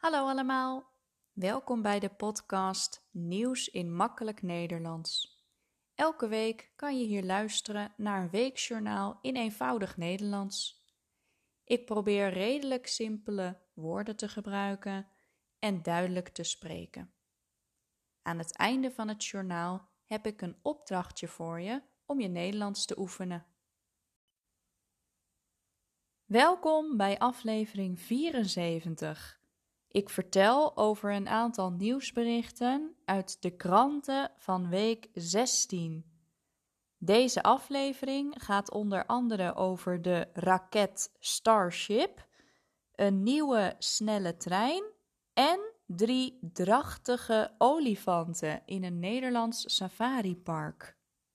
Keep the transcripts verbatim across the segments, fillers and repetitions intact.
Hallo allemaal, welkom bij de podcast Nieuws in Makkelijk Nederlands. Elke week kan je hier luisteren naar een weekjournaal in eenvoudig Nederlands. Ik probeer redelijk simpele woorden te gebruiken en duidelijk te spreken. Aan het einde van het journaal heb ik een opdrachtje voor je om je Nederlands te oefenen. Welkom bij aflevering vierenzeventig. Ik vertel over een aantal nieuwsberichten uit de kranten van week zestien. Deze aflevering gaat onder andere over de raket Starship, een nieuwe snelle trein en drie drachtige olifanten in een Nederlands safaripark.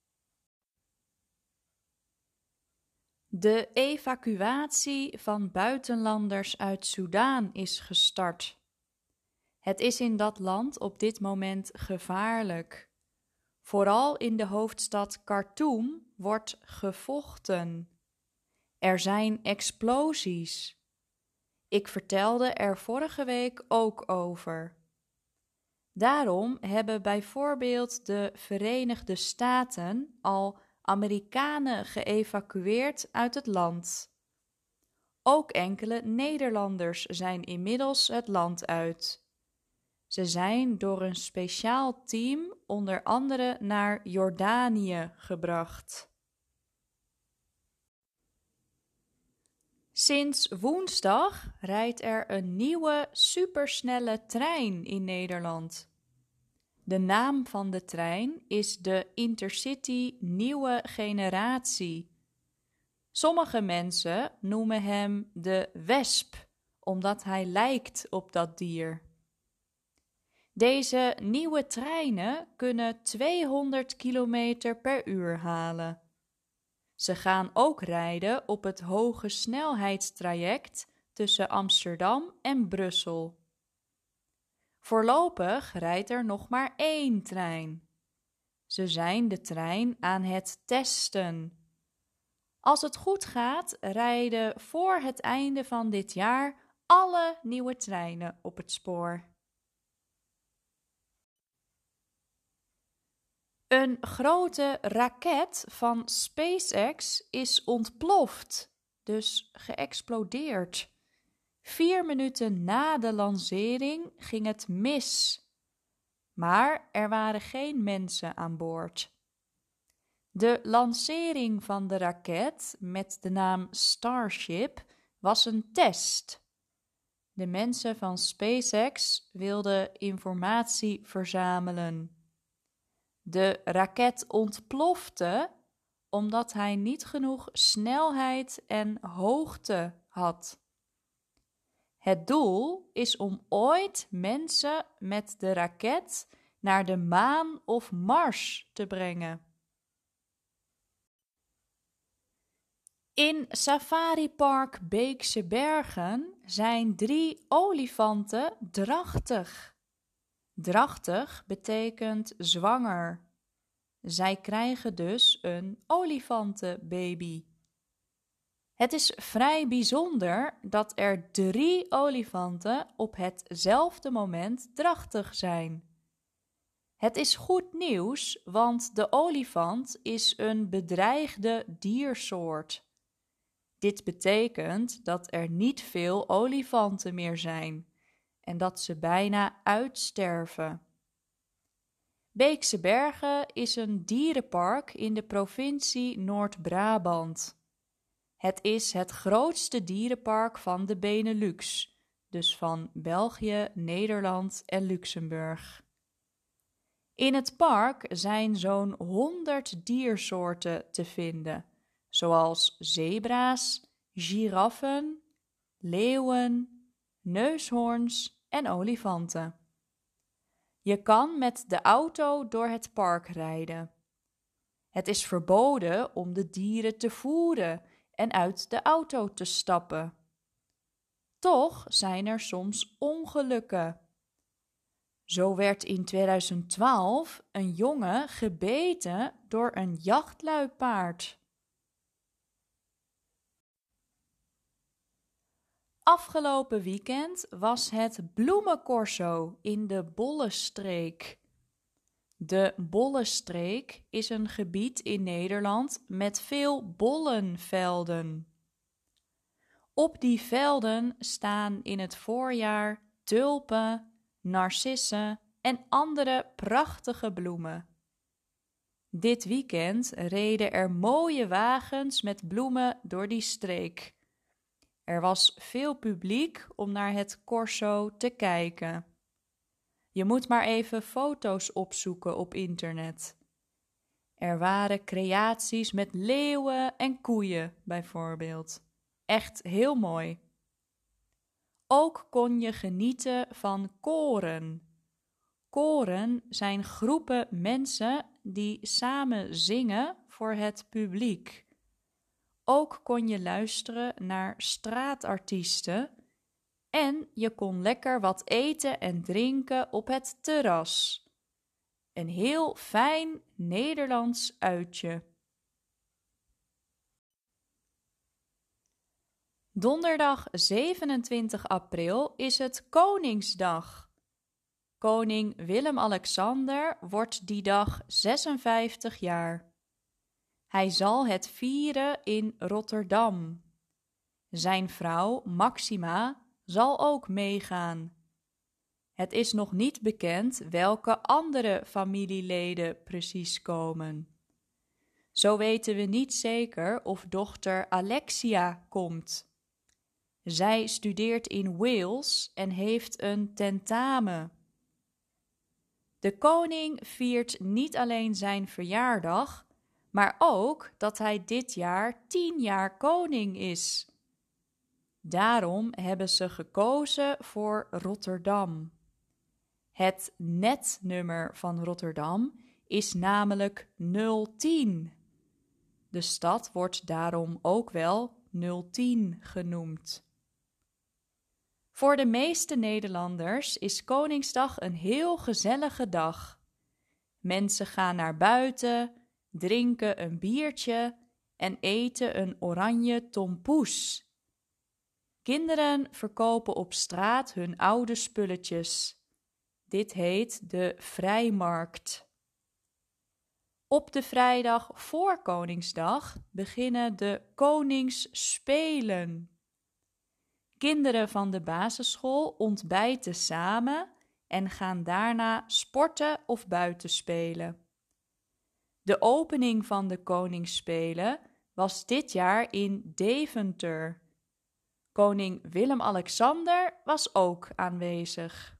De evacuatie van buitenlanders uit Soedan is gestart. Het is in dat land op dit moment gevaarlijk. Vooral in de hoofdstad Khartoum wordt gevochten. Er zijn explosies. Ik vertelde er vorige week ook over. Daarom hebben bijvoorbeeld de Verenigde Staten al Amerikanen geëvacueerd uit het land. Ook enkele Nederlanders zijn inmiddels het land uit. Ze zijn door een speciaal team onder andere naar Jordanië gebracht. Sinds woensdag rijdt er een nieuwe supersnelle trein in Nederland. De naam van de trein is de Intercity Nieuwe Generatie. Sommige mensen noemen hem de wesp, omdat hij lijkt op dat dier. Deze nieuwe treinen kunnen tweehonderd kilometer per uur halen. Ze gaan ook rijden op het hoge snelheidstraject tussen Amsterdam en Brussel. Voorlopig rijdt er nog maar één trein. Ze zijn de trein aan het testen. Als het goed gaat, rijden voor het einde van dit jaar alle nieuwe treinen op het spoor. Een grote raket van SpaceX is ontploft, dus geëxplodeerd. Vier minuten na de lancering ging het mis. Maar er waren geen mensen aan boord. De lancering van de raket met de naam Starship was een test. De mensen van SpaceX wilden informatie verzamelen. De raket ontplofte omdat hij niet genoeg snelheid en hoogte had. Het doel is om ooit mensen met de raket naar de maan of Mars te brengen. In Safaripark Beekse Bergen zijn drie olifanten drachtig. Drachtig betekent zwanger. Zij krijgen dus een olifantenbaby. Het is vrij bijzonder dat er drie olifanten op hetzelfde moment drachtig zijn. Het is goed nieuws, want de olifant is een bedreigde diersoort. Dit betekent dat er niet veel olifanten meer zijn en dat ze bijna uitsterven. Beekse Bergen is een dierenpark in de provincie Noord-Brabant. Het is het grootste dierenpark van de Benelux, dus van België, Nederland en Luxemburg. In het park zijn zo'n honderd diersoorten te vinden, zoals zebra's, giraffen, leeuwen, neushoorns en olifanten. Je kan met de auto door het park rijden. Het is verboden om de dieren te voeren en uit de auto te stappen. Toch zijn er soms ongelukken. Zo werd in tweeduizend twaalf een jongen gebeten door een jachtluipaard. Afgelopen weekend was het bloemencorso in de Bollenstreek. De Bollenstreek is een gebied in Nederland met veel bollenvelden. Op die velden staan in het voorjaar tulpen, narcissen en andere prachtige bloemen. Dit weekend reden er mooie wagens met bloemen door die streek. Er was veel publiek om naar het corso te kijken. Je moet maar even foto's opzoeken op internet. Er waren creaties met leeuwen en koeien bijvoorbeeld. Echt heel mooi. Ook kon je genieten van koren. Koren zijn groepen mensen die samen zingen voor het publiek. Ook kon je luisteren naar straatartiesten en je kon lekker wat eten en drinken op het terras. Een heel fijn Nederlands uitje. Donderdag zevenentwintig april is het Koningsdag. Koning Willem-Alexander wordt die dag zesenvijftig jaar. Hij zal het vieren in Rotterdam. Zijn vrouw Maxima zal ook meegaan. Het is nog niet bekend welke andere familieleden precies komen. Zo weten we niet zeker of dochter Alexia komt. Zij studeert in Wales en heeft een tentamen. De koning viert niet alleen zijn verjaardag, maar ook dat hij dit jaar tien jaar koning is. Daarom hebben ze gekozen voor Rotterdam. Het netnummer van Rotterdam is namelijk nul tien. De stad wordt daarom ook wel nul tien genoemd. Voor de meeste Nederlanders is Koningsdag een heel gezellige dag. Mensen gaan naar buiten, drinken een biertje en eten een oranje tompoes. Kinderen verkopen op straat hun oude spulletjes. Dit heet de vrijmarkt. Op de vrijdag voor Koningsdag beginnen de Koningsspelen. Kinderen van de basisschool ontbijten samen en gaan daarna sporten of buiten spelen. De opening van de Koningsspelen was dit jaar in Deventer. Koning Willem-Alexander was ook aanwezig.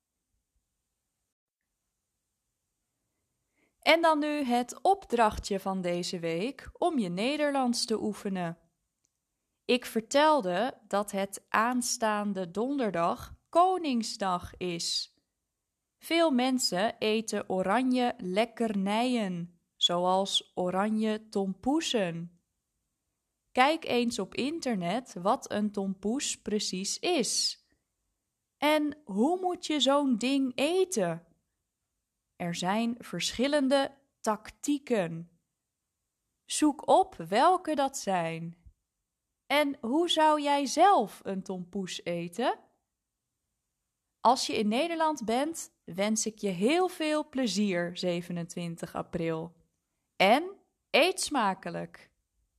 En dan nu het opdrachtje van deze week om je Nederlands te oefenen. Ik vertelde dat het aanstaande donderdag Koningsdag is. Veel mensen eten oranje lekkernijen, zoals oranje tompoesen. Kijk eens op internet wat een tompoes precies is. En hoe moet je zo'n ding eten? Er zijn verschillende tactieken. Zoek op welke dat zijn. En hoe zou jij zelf een tompoes eten? Als je in Nederland bent, wens ik je heel veel plezier zevenentwintig april. En eet smakelijk!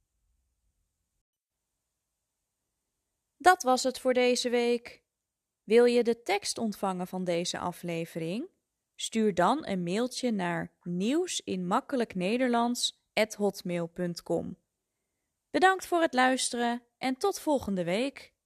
Dat was het voor deze week. Wil je de tekst ontvangen van deze aflevering? Stuur dan een mailtje naar nieuwsinmakkelijknederlands apenstaartje hotmail punt com. Bedankt voor het luisteren en tot volgende week.